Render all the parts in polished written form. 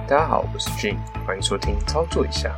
大家好，我是 Jim， 欢迎收听操作一下。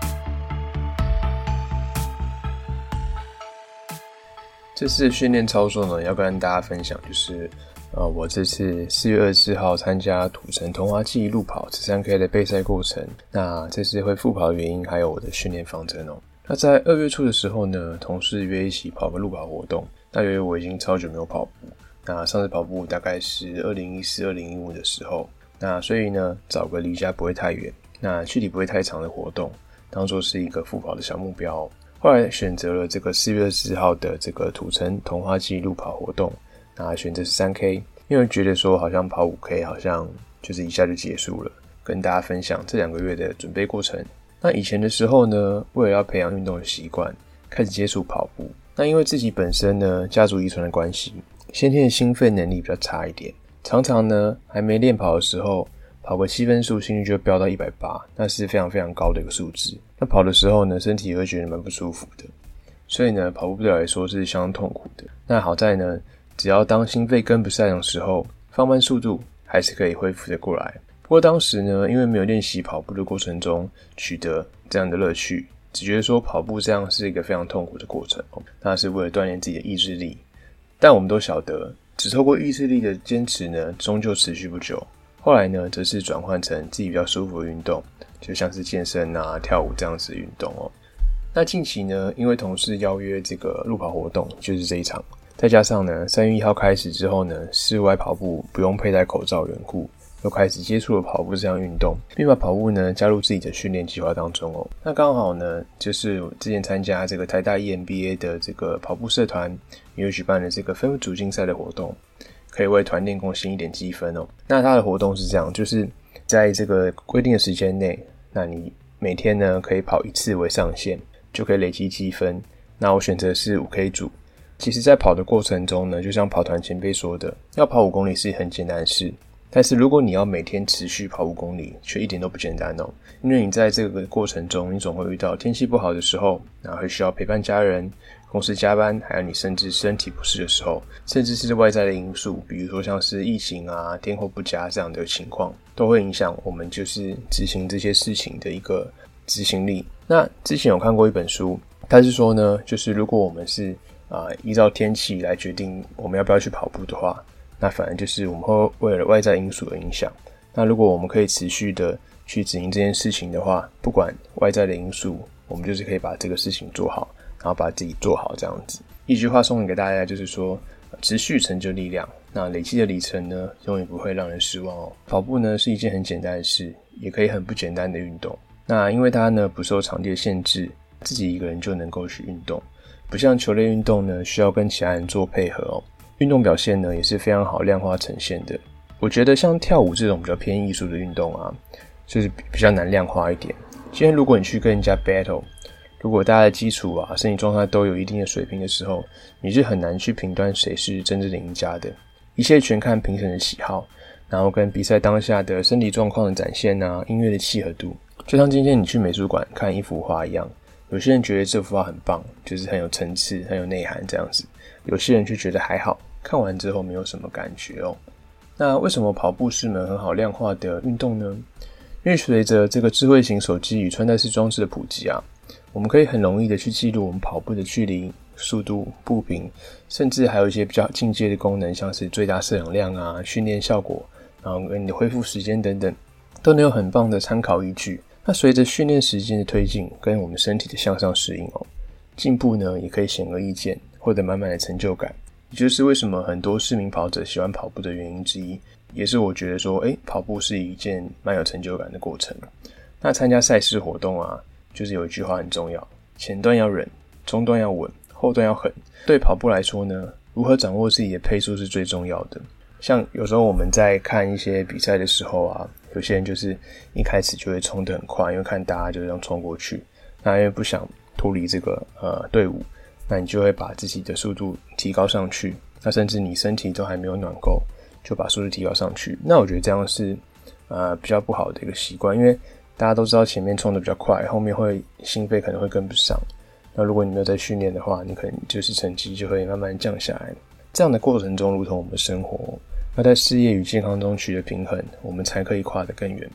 这次的训练操作呢，要跟大家分享就是我这次4月24号参加土城桐华记路跑 13K 的备赛过程。那这次会复跑的原因还有我的训练方针哦。那在2月初的时候呢，同事约一起跑个路跑活动。那由于我已经超久没有跑步，那上次跑步大概是2014、2015的时候。那所以呢，找个离家不会太远，那距离不会太长的活动，当作是一个复跑的小目标哦。后来选择了这个4月24号的这个土城桐华记路跑活动，那选择 13K， 因为觉得说好像跑 5K 好像就是一下就结束了，跟大家分享这2个月的准备过程。那以前的时候呢，为了要培养运动的习惯，开始接触跑步。那因为自己本身呢，家族遗传的关系，先天的心肺能力比较差一点。常常呢，还没练跑的时候，跑个7分速，心率就会飙到180，那是非常非常高的一个数字。那跑的时候呢，身体也会觉得蛮不舒服的，所以呢，跑步对我来说是相当痛苦的。那好在呢，只要当心肺跟不上的时候，放慢速度，还是可以恢复得过来。不过当时呢，因为没有练习跑步的过程中取得这样的乐趣，只觉得说跑步这样是一个非常痛苦的过程，那是为了锻炼自己的意志力。但我们都晓得，只透过意志力的坚持呢，终究持续不久。后来呢，则是转换成自己比较舒服的运动，就像是健身啊、跳舞这样子的运动哦。那近期呢，因为同事邀约这个路跑活动，就是这一场，再加上呢3月1号开始之后呢，室外跑步不用佩戴口罩缘故，又开始接触了跑步这项运动，并把跑步呢加入自己的训练计划当中哦。那刚好呢，就是我之前参加这个台大 EMBA 的这个跑步社团，也有举办了这个分组竞赛的活动，可以为团练贡献1点积分哦。那它的活动是这样，就是在这个规定的时间内，那你每天呢可以跑1次为上限，就可以累积积分。那我选择是 5K 组。其实在跑的过程中呢，就像跑团前辈说的，要跑5公里是很简单的事，但是如果你要每天持续跑5公里，却一点都不简单哦。因为你在这个过程中，你总会遇到天气不好的时候，然后会需要陪伴家人，公司加班，还有你甚至身体不适的时候，甚至是外在的因素，比如说像是疫情啊、天候不佳这样的情况，都会影响我们就是执行这些事情的一个执行力。那之前有看过一本书，它是说呢，就是如果我们是依照天气来决定我们要不要去跑步的话，那反而就是我们会为了外在因素的影响。那如果我们可以持续的去执行这件事情的话，不管外在的因素，我们就是可以把这个事情做好，然后把自己做好这样子。一句话送给大家就是说，持续成就力量。那累积的里程呢，永远不会让人失望哦。跑步呢是一件很简单的事，也可以很不简单的运动。那因为它呢不受场地的限制，自己一个人就能够去运动，不像球类运动呢需要跟其他人做配合哦。运动表现呢也是非常好量化呈现的。我觉得像跳舞这种比较偏艺术的运动啊，就是比较难量化一点。今天如果你去跟人家 battle， 如果大家的基础啊、身体状态都有一定的水平的时候，你是很难去评断谁是真正的赢家的。一切全看评审的喜好，然后跟比赛当下的身体状况的展现啊、音乐的契合度。就像今天你去美术馆看一幅画一样，有些人觉得这幅画很棒，就是很有层次、很有内涵这样子，有些人却觉得还好，看完之后没有什么感觉哦。那为什么跑步是门很好量化的运动呢？因为随着这个智慧型手机与穿戴式装置的普及啊，我们可以很容易的去记录我们跑步的距离、速度、步频，甚至还有一些比较进阶的功能，像是最大摄氧量啊、训练效果，然后跟你的恢复时间等等，都能有很棒的参考依据。那随着训练时间的推进，跟我们身体的向上适应哦，进步呢也可以显而易见，获得满满的成就感。也就是为什么很多市民跑者喜欢跑步的原因之一，也是我觉得说跑步是一件蛮有成就感的过程。那参加赛事活动啊，就是有一句话很重要，前段要忍，中段要稳，后段要狠。对跑步来说呢，如何掌握自己的配速是最重要的。像有时候我们在看一些比赛的时候啊，有些人就是一开始就会冲得很快，因为看大家就这样冲过去，那因为不想脱离这个队伍，那你就会把自己的速度提高上去，那甚至你身体都还没有暖够，就把速度提高上去。那我觉得这样是比较不好的一个习惯，因为大家都知道前面冲得比较快，后面会心肺可能会跟不上。那如果你没有在训练的话，你可能就是成绩就会慢慢降下来。这样的过程中，如同我们的生活，要在事业与健康中取得平衡，我们才可以跨得更远，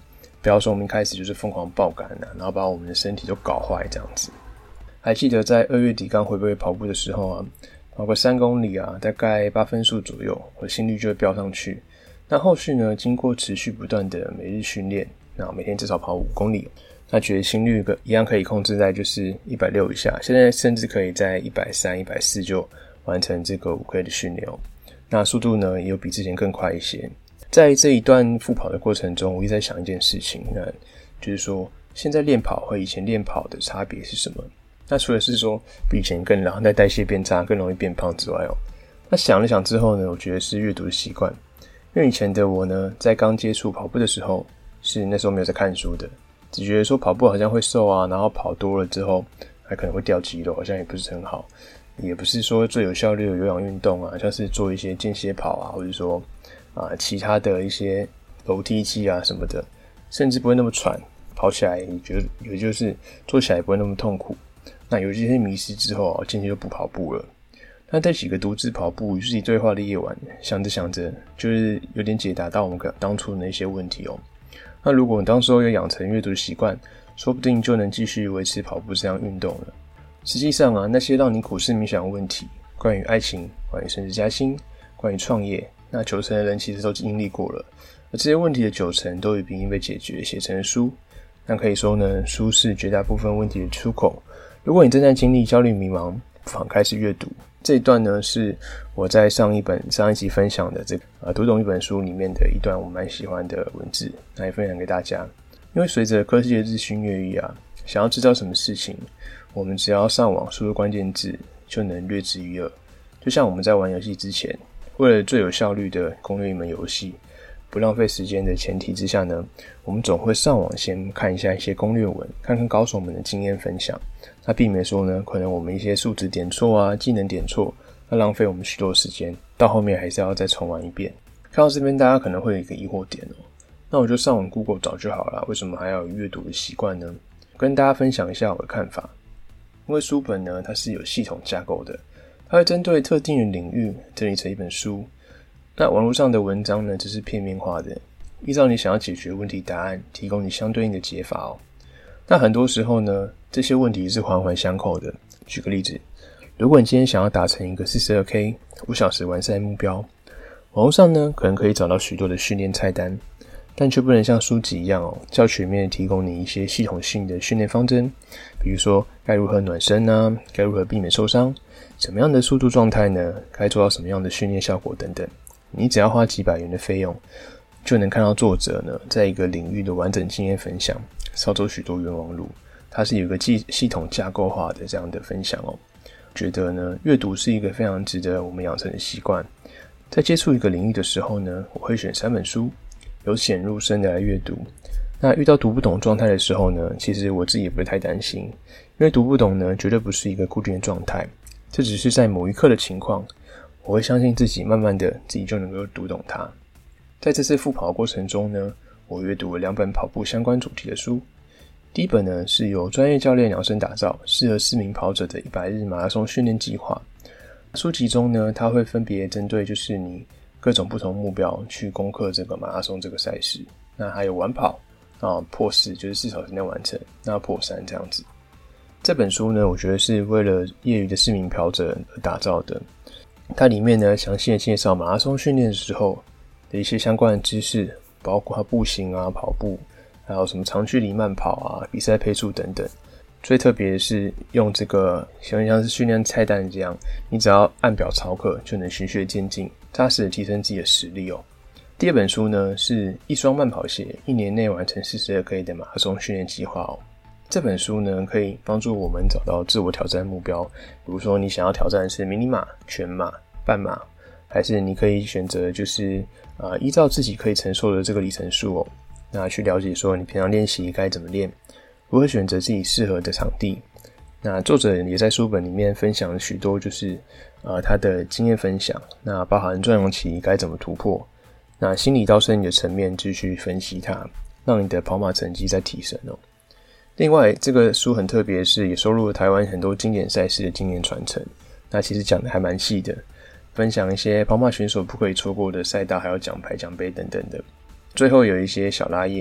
不要说我们一开始就是疯狂爆肝然后把我们的身体都搞坏这样子。还记得在2月底刚回归跑步的时候啊，跑个3公里大概8分数左右，我的心率就会飙上去。那后续呢，经过持续不断的每日训练，那每天至少跑5公里，那觉得心率一样可以控制在就是160以下，现在甚至可以在130、140就完成这个5K 的训练那速度呢也有比之前更快一些。在这一段复跑的过程中，我一直在想一件事情，那就是说现在练跑和以前练跑的差别是什么？那除了是说比以前更老，在代谢变差，更容易变胖之外那想了想之后呢，我觉得是阅读的习惯。因为以前的我呢，在刚接触跑步的时候，是那时候没有在看书的，只觉得说跑步好像会瘦然后跑多了之后还可能会掉肌肉，好像也不是很好，也不是说最有效率的有氧运动像是做一些间歇跑或者说其他的一些楼梯机什么的，甚至不会那么喘，跑起来也就是做起来也不会那么痛苦。那有这些迷失之后渐渐就不跑步了。那在几个独自跑步与自己对话的夜晚，想着想着就是有点解答到我们当初的那些问题那如果你当时有养成阅读的习惯，说不定就能继续维持跑步这样运动了。实际上那些让你苦思冥想的问题，关于爱情，关于升职加薪，关于创业，那90%的人其实都经历过了，而这些问题的90%都已经被解决，写成了书。那可以说呢，书是绝大部分问题的出口。如果你正在经历焦虑迷茫，不妨开始阅读。这一段呢，是我在上一集分享的读懂一本书里面的一段我蛮喜欢的文字，那也分享给大家。因为随着科技的日新月异想要知道什么事情，我们只要上网输入关键字就能略知一二。就像我们在玩游戏之前，为了最有效率的攻略一门游戏，不浪费时间的前提之下呢，我们总会上网先看一下一些攻略文，看看高手们的经验分享，那避免说呢，可能我们一些数值点错技能点错，那浪费我们许多时间，到后面还是要再重玩一遍。看到这边大家可能会有一个疑惑点那我就上网 Google 找就好了，为什么还要有阅读的习惯呢？跟大家分享一下我的看法。因为书本呢，它是有系统架构的，它会针对特定的领域整理成一本书。那网络上的文章呢，只是片面化的，依照你想要解决问题答案，提供你相对应的解法那很多时候呢，这些问题是环环相扣的。举个例子，如果你今天想要达成一个 42K 5小时完赛目标，网络上呢可能可以找到许多的训练菜单，但却不能像书籍一样较全面提供你一些系统性的训练方针，比如说该如何暖身该如何避免受伤，什么样的速度状态呢，该做到什么样的训练效果等等。你只要花几百元的费用，就能看到作者呢在一个领域的完整经验分享，少走许多冤枉路。它是有一个系统架构化的这样的分享觉得呢，阅读是一个非常值得我们养成的习惯。在接触一个领域的时候呢，我会选3本书，由浅入深的来阅读。那遇到读不懂状态的时候呢，其实我自己也不会太担心，因为读不懂呢，绝对不是一个固定的状态，这只是在某一刻的情况。我会相信自己，慢慢的自己就能够读懂它。在这次复跑的过程中呢，我阅读了2本跑步相关主题的书。第一本呢，是由专业教练量身打造，适合4名跑者的100日马拉松训练计划。书籍中呢，它会分别针对就是你各种不同目标去攻克这个马拉松这个赛事。那还有晚跑破4就是4小时内完成，那破3这样子。这本书呢，我觉得是为了业余的4名跑者而打造的。它里面呢，详细的介绍马拉松训练的时候的一些相关的知识，包括步行跑步，还有什么长距离慢跑比赛配速等等。最特别的是用这个像是训练菜单这样，你只要按表操课就能循序渐进，扎实的提升自己的实力第二本书呢，是一双慢跑鞋1年内完成 42K 的马拉松训练计划这本书呢，可以帮助我们找到自我挑战目标，比如说你想要挑战的是迷你马、全马、半马，还是你可以选择就是依照自己可以承受的这个里程数那去了解说你平常练习该怎么练，如何选择自己适合的场地。那作者也在书本里面分享了许多就是他的经验分享，那包含转容期该怎么突破，那心理到生理的层面继续分析它，让你的跑马成绩再提升另外这个书很特别的是，也收录了台湾很多经典赛事的经验传承，那其实讲的还蛮细的，分享一些跑马选手不可以错过的赛道，还有奖牌奖杯等等的。最后有一些小拉页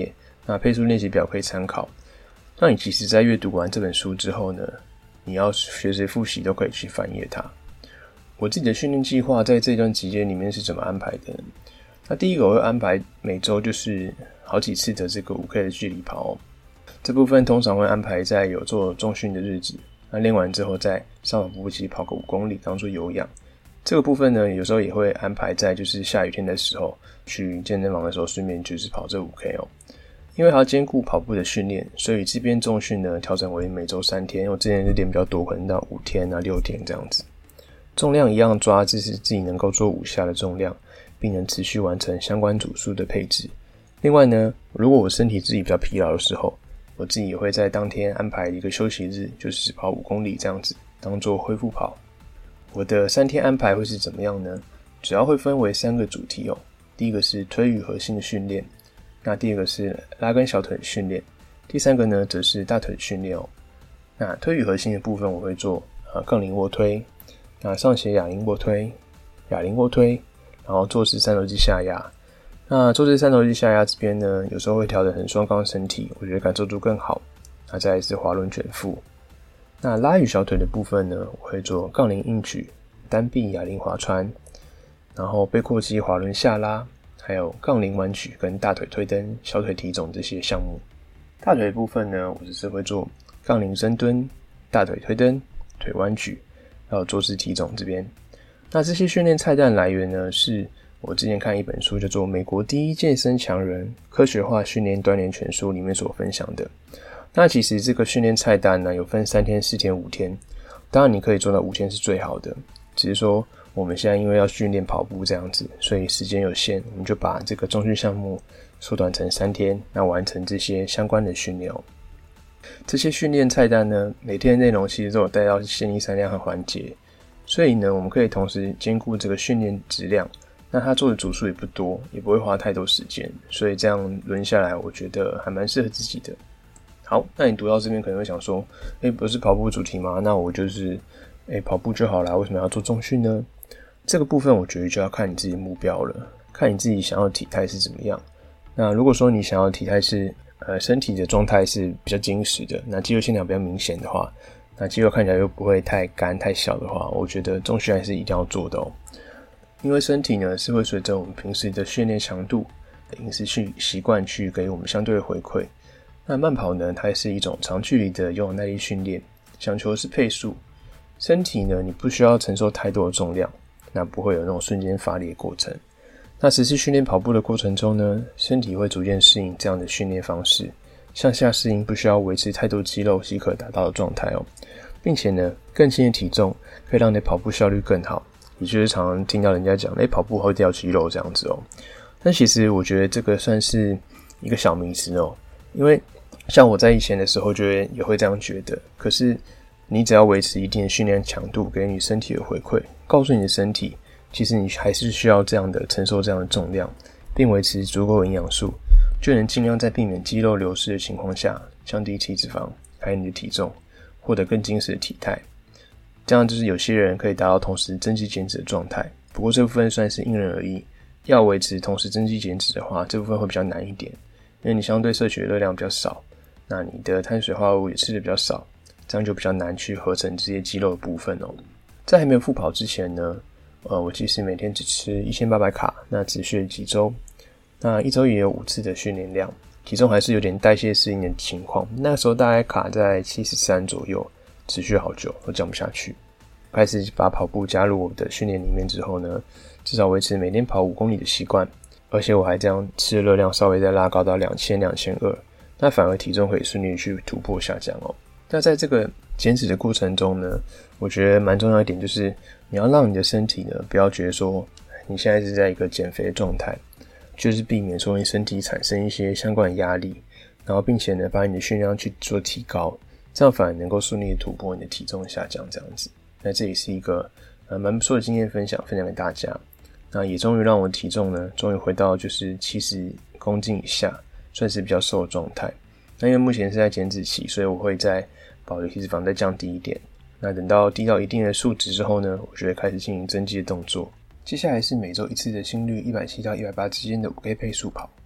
那配速练习表可以参考，让你即使在阅读完这本书之后呢，你要学习复习都可以去翻页它。我自己的训练计划在这段期间里面是怎么安排的呢？那第一个我会安排每周就是好几次的这个 5K 的距离跑哦。这部分通常会安排在有做重训的日子，那练完之后再上跑步机跑个5公里当做有氧。这个部分呢，有时候也会安排在就是下雨天的时候去健身房的时候顺便就是跑这 5K 哦。因为还要兼顾跑步的训练，所以这边重训呢调整为每周3天，我之前就练比较多，可能到5天啊6天这样子。重量一样抓，就是自己能够做5下的重量，并能持续完成相关组数的配置。另外呢，如果我身体自己比较疲劳的时候，我自己也会在当天安排一个休息日，就是跑5公里这样子，当做恢复跑。我的3天安排会是怎么样呢？主要会分为3个主题哦。第一个是推与核心的训练，那第二个是拉跟小腿的训练，第3个呢则是大腿的训练哦。那推与核心的部分我会做杠铃卧推，那上斜哑铃卧推、哑铃卧推，然后坐式三头肌下压。那坐式三头肌下压这边呢，有时候会调整成双杠身体，我觉得感受度更好。那再来是滑轮卷腹。那拉与小腿的部分呢，我会做杠铃硬举、单臂哑铃划穿，然后背阔肌滑轮下拉，还有杠铃弯举跟大腿推蹬、小腿提踵这些项目。大腿的部分呢，我只是会做杠铃深蹲、大腿推蹬、腿弯举，还有坐式提踵这边。那这些训练菜单来源呢，是我之前看一本书叫做《美国第一健身强人科学化训练锻炼全书》里面所分享的。那其实这个训练菜单呢，有分3天、4天、5天，当然你可以做到5天是最好的，只是说我们现在因为要训练跑步这样子，所以时间有限，我们就把这个重训项目缩短成3天，那完成这些相关的训练哦。这些训练菜单呢，每天的内容其实都有带到线性3量和环节，所以呢，我们可以同时兼顾这个训练质量，那他做的组数也不多，也不会花太多时间，所以这样轮下来，我觉得还蛮适合自己的。好，那你读到这边可能会想说，不是跑步主题吗？那我就是跑步就好啦，为什么要做重训呢？这个部分我觉得就要看你自己的目标了，看你自己想要的体态是怎么样。那如果说你想要的体态是身体的状态是比较精实的，那肌肉线条比较明显的话，那肌肉看起来又不会太干太小的话，我觉得重训还是一定要做的哦。因为身体呢是会随着我们平时的训练强度、饮食习惯去给我们相对的回馈。那慢跑呢，它是一种长距离的有耐力训练，讲求的是配速。身体呢，你不需要承受太多的重量，那不会有那种瞬间发力的过程。那实施训练跑步的过程中呢，身体会逐渐适应这样的训练方式，向下适应不需要维持太多肌肉即可达到的状态哦。并且呢，更轻的体重可以让你的跑步效率更好，也就是常常听到人家讲跑步会掉肌肉这样子哦。但其实我觉得这个算是一个小迷思哦，因为像我在以前的时候也会这样觉得，可是你只要维持一定的训练强度，给你身体的回馈，告诉你的身体其实你还是需要这样的承受这样的重量，并维持足够的营养素，就能尽量在避免肌肉流失的情况下降低体脂肪还有你的体重，获得更精实的体态。这样就是有些人可以达到同时增肌减脂的状态，不过这部分算是因人而异，要维持同时增肌减脂的话，这部分会比较难一点，因为你相对摄取的热量比较少，那你的碳水化合物也吃的比较少，这样就比较难去合成这些肌肉的部分哦。在还没有复跑之前呢，我其实每天只吃1800卡，那持续了几周，那一周也有5次的训练量，体重还是有点代谢适应的情况，那时候大概卡在73左右，持续好久都降不下去。开始把跑步加入我的训练里面之后呢，至少维持每天跑5公里的习惯，而且我还这样吃的热量稍微再拉高到2000、2200，那反而体重可以顺利去突破下降哦。那在这个减脂的过程中呢，我觉得蛮重要一点就是你要让你的身体呢不要觉得说你现在是在一个减肥的状态，就是避免说你身体产生一些相关的压力，然后并且呢把你的训练量去做提高，这样反而能够顺利的突破你的体重下降这样子。那这也是一个蛮不错的经验分享给大家。那也终于让我的体重呢终于回到就是70公斤以下，算是比较瘦的状态。那因为目前是在减脂期，所以我会在保留体脂肪再降低一点，那等到低到一定的数值之后呢，我就会开始进行增肌的动作。接下来是每周1次的心率170到180之间的5K 配速跑。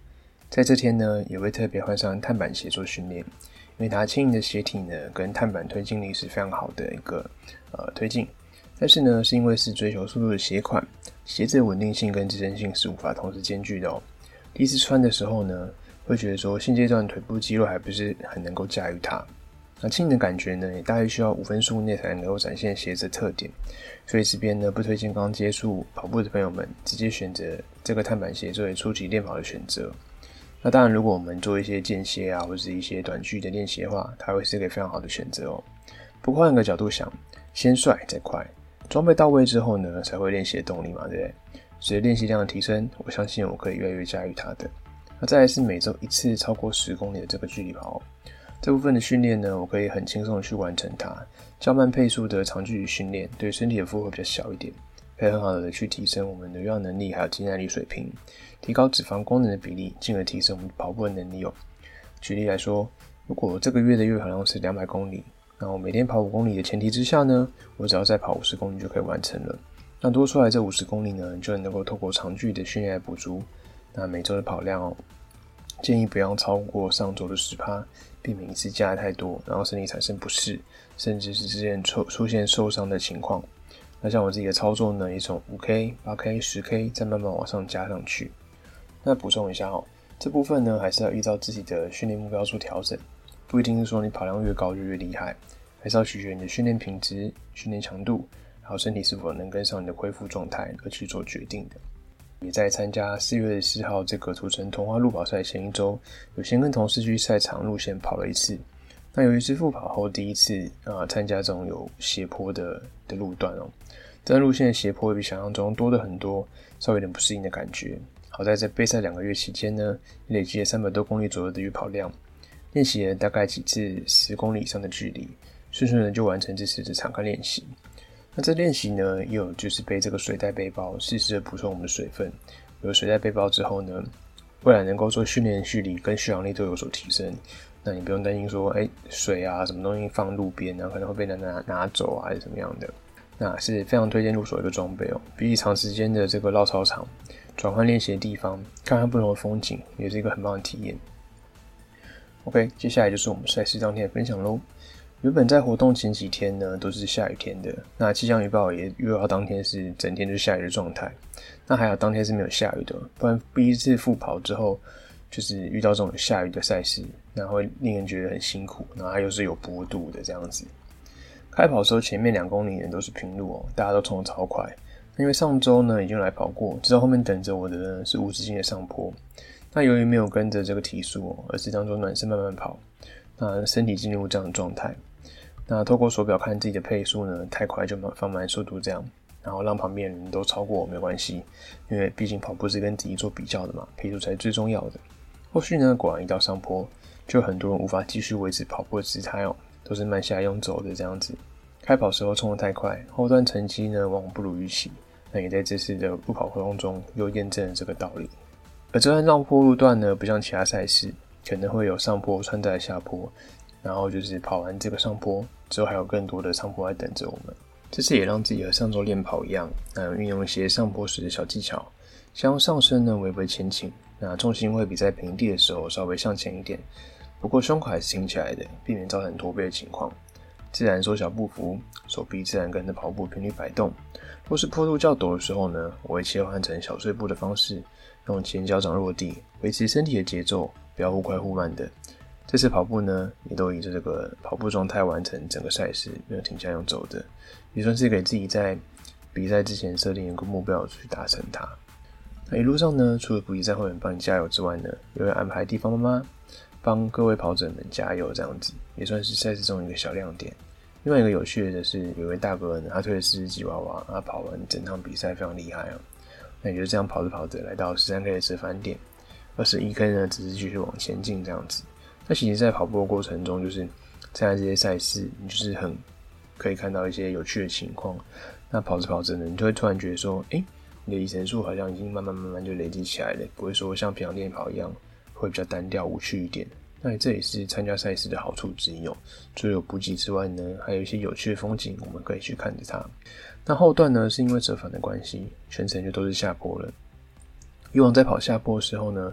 在这天呢，也会特别换上碳板鞋做训练，因为它轻盈的鞋体呢，跟碳板推进力是非常好的一个推进。但是呢，是因为是追求速度的鞋款，鞋子的稳定性跟支撑性是无法同时兼具的哦。第一次穿的时候呢，会觉得说现阶段腿部肌肉还不是很能够驾驭它。那轻盈的感觉呢，也大约需要5分数内才能够展现鞋子的特点。所以这边呢，不推荐刚接触跑步的朋友们直接选择这个碳板鞋作为初级练跑的选择。那当然，如果我们做一些间歇或者是一些短距的练习的话，它会是一个非常好的选择哦。不过换个角度想，先帅再快，装备到位之后呢，才会练习的动力嘛，对不对？随着练习量的提升，我相信我可以越来越驾驭它的。那再来是每周1次超过10公里的这个距离跑，这部分的训练呢，我可以很轻松的去完成它。较慢配速的长距离训练，对身体的负荷比较小一点，可以很好的去提升我们的有氧能力还有肌耐力水平，提高脂肪功能的比例，进而提升我们跑步的能力哦。举例来说，如果这个月的月跑量是200公里，那我每天跑5公里的前提之下呢，我只要再跑50公里就可以完成了。那多出来这50公里呢，就能够透过长距离的训练来补足。那每周的跑量哦，建议不要超过上周的10%，避免一次加太多，然后身体产生不适，甚至是之前出现受伤的情况。那像我自己的操作呢，也从 5K、8K、10K 再慢慢往上加上去。那补充一下哦，这部分呢还是要依照自己的训练目标做调整，不一定是说你跑量越高就越厉害，还是要取决你的训练品质、训练强度，还有身体是否能跟上你的恢复状态而去做决定的。也在参加4月4号这个土城童话路跑赛前一周，有先跟同事去赛场路线跑了一次。那由于是复跑后第一次参加这种有斜坡的路段哦，这段路线的斜坡比想象中多的很多，稍微有点不适应的感觉。好在备赛2个月期间呢，累积了300多公里左右的月跑量，练习了大概几次10公里以上的距离，顺的就完成这次的场刊练习。那这练习呢，也有就是背这个水袋背包，适时的补充我们的水分。有水袋背包之后呢，未来能够做训练距离跟续航力都有所提升。那你不用担心说，水什么东西放路边可能会被拿走还是怎么样的。那是非常推荐入手一个装备哦。比起长时间的这个绕操场，转换练习的地方，看看不同的风景，也是一个很棒的体验。OK， 接下来就是我们赛事当天的分享咯。原本在活动前几天呢，都是下雨天的。那气象预报也预报当天是整天都是下雨的状态。那还好当天是没有下雨的，不然第一次复跑之后，就是遇到这种下雨的赛事，那会令人觉得很辛苦。然后它又是有坡度的这样子。开跑的时候前面2公里都是平路哦，大家都冲得超快。因为上周呢已经来跑过，知道后面等着我的呢是无止境的上坡。那由于没有跟着这个提速而是当作暖身慢慢跑，那身体进入这样的状态。那透过手表看自己的配速呢，太快就放慢速度这样，然后让旁边人都超过我没关系，因为毕竟跑步是跟自己做比较的嘛，配速才是最重要的。后续呢，果然一到上坡，就有很多人无法继续维持跑步的姿态哦，都是慢下用走的这样子。开跑时候冲得太快，后段成绩呢往往不如预期。那也在这次的路跑活动中又验证了这个道理。而这段上坡路段呢，不像其他赛事，可能会有上坡穿在下坡，然后就是跑完这个上坡之后还有更多的上坡来等着我们。这次也让自己和上周练跑一样，运用一些上坡时的小技巧，先用上身呢微微前倾，那重心会比在平地的时候稍微向前一点，不过胸口还是挺起来的，避免造成驼背的情况。自然缩小步幅，手臂自然跟着跑步频率摆动。若是坡度较陡的时候呢，我会切换成小碎步的方式，用前脚掌落地，维持身体的节奏，不要忽快忽慢的。这次跑步呢，也都以这个跑步状态完成整个赛事，没有停下用走的，也算是给自己在比赛之前设定一个目标去达成它。那一路上呢，除了补给站会员帮你加油之外呢，也会安排地方妈妈帮各位跑者们加油，这样子也算是赛事中一个小亮点。另外一个有趣的是，有一位大哥呢，他推了40吉娃娃，他跑完整场比赛非常厉害哦。那也就这样跑着跑着来到 13K 的折返点， 21K 呢只是继续往前进这样子。那其实在跑步的过程中，就是参加这些赛事，你就是很可以看到一些有趣的情况。那跑着跑着呢，你就会突然觉得说，你的里程数好像已经慢慢就累积起来了，不会说像平常练跑一样会比较单调无趣一点。那这也是参加赛事的好处之一哦。除了有补给之外呢，还有一些有趣的风景，我们可以去看着它。那后段呢，是因为折返的关系，全程就都是下坡了。以往在跑下坡的时候呢，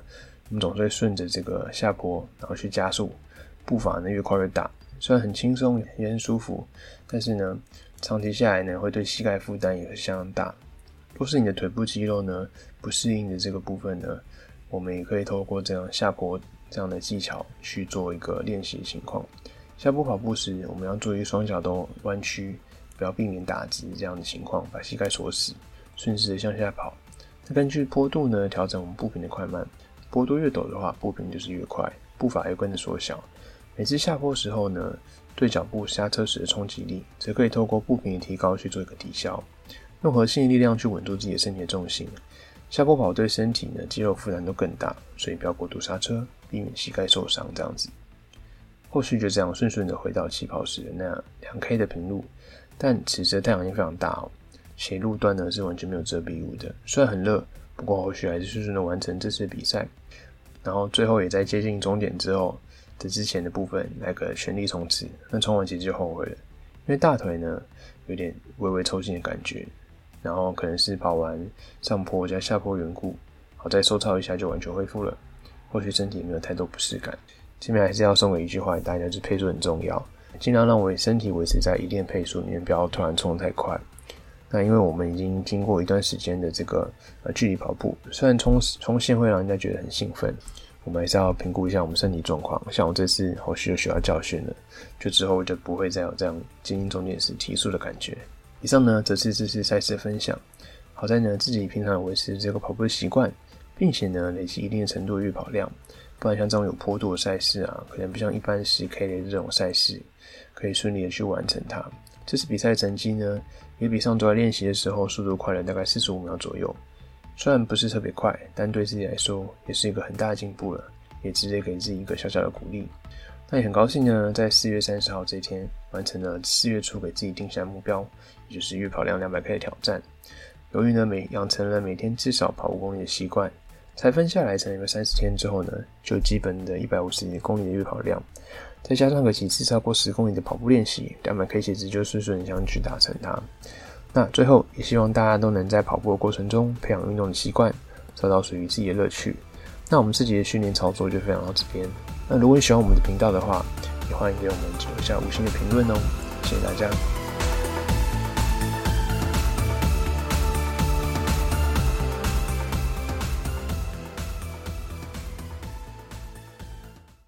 我们总是会顺着这个下坡，然后去加速，步伐呢越快越大，虽然很轻松也很舒服，但是呢长期下来呢会对膝盖负担也是相当大。若是你的腿部肌肉呢不适应的这个部分呢，我们也可以透过这样下坡这样的技巧去做一个练习的情况。下坡跑步时，我们要注意双脚都弯曲，不要避免打直这样的情况，把膝盖锁死，顺势的向下跑。那根据坡度呢调整我们步频的快慢，坡度越陡的话，步频就是越快，步伐也跟着缩小。每次下坡时候呢，对脚步刹车时的冲击力，则可以透过步频的提高去做一个抵消，用核心的力量去稳住自己的身体的重心。下坡跑对身体呢肌肉负担都更大，所以不要过度刹车，避免膝盖受伤这样子。后续就这样顺顺的回到起跑时的那 2K 的平路，但此时的太阳已经非常大哦，斜路段呢是完全没有遮蔽物的，虽然很热，不过后续还是顺顺的完成这次的比赛。然后最后也在接近终点之后的之前的部分来个全力冲刺，那冲完其实就后悔了，因为大腿呢有点微微抽筋的感觉，然后可能是跑完上坡加下坡缘故，好再收操一下就完全恢复了，或许身体没有太多不适感。这边还是要送给一句话给大家，就是配速很重要，尽量让身体维持在一定的配速里面，不要突然冲得太快。那因为我们已经经过一段时间的这个距离跑步，虽然冲线会让人家觉得很兴奋，我们还是要评估一下我们身体状况。像我这次后续就学到教训了，就之后就不会再有这样接近终点时提速的感觉。以上呢则是这次赛事的分享。好在呢自己平常维持这个跑步的习惯，并且呢累积一定的程度的预跑量，不然像这种有坡度的赛事啊，可能不像一般 10K 的这种赛事可以顺利的去完成它。这次比赛成绩呢也比上周来练习的时候速度快了大概45秒左右，虽然不是特别快，但对自己来说也是一个很大的进步了，也值得给自己一个小小的鼓励。那也很高兴呢在4月30号这一天完成了4月初给自己定下的目标，也就是月跑量 200K 的挑战。由于呢养成了每天至少跑5公里的习惯，才分下来成了30天之后呢，就基本的150公里的月跑量，再加上个几次超过10公里的跑步练习，200K 其实就顺顺这样去达成它。那最后也希望大家都能在跑步的过程中培养运动的习惯，找到属于自己的乐趣。那我们自己的训练操作就分享到这边。那如果你喜欢我们的频道的话，也欢迎给我们留下5星的评论哦，谢谢大家。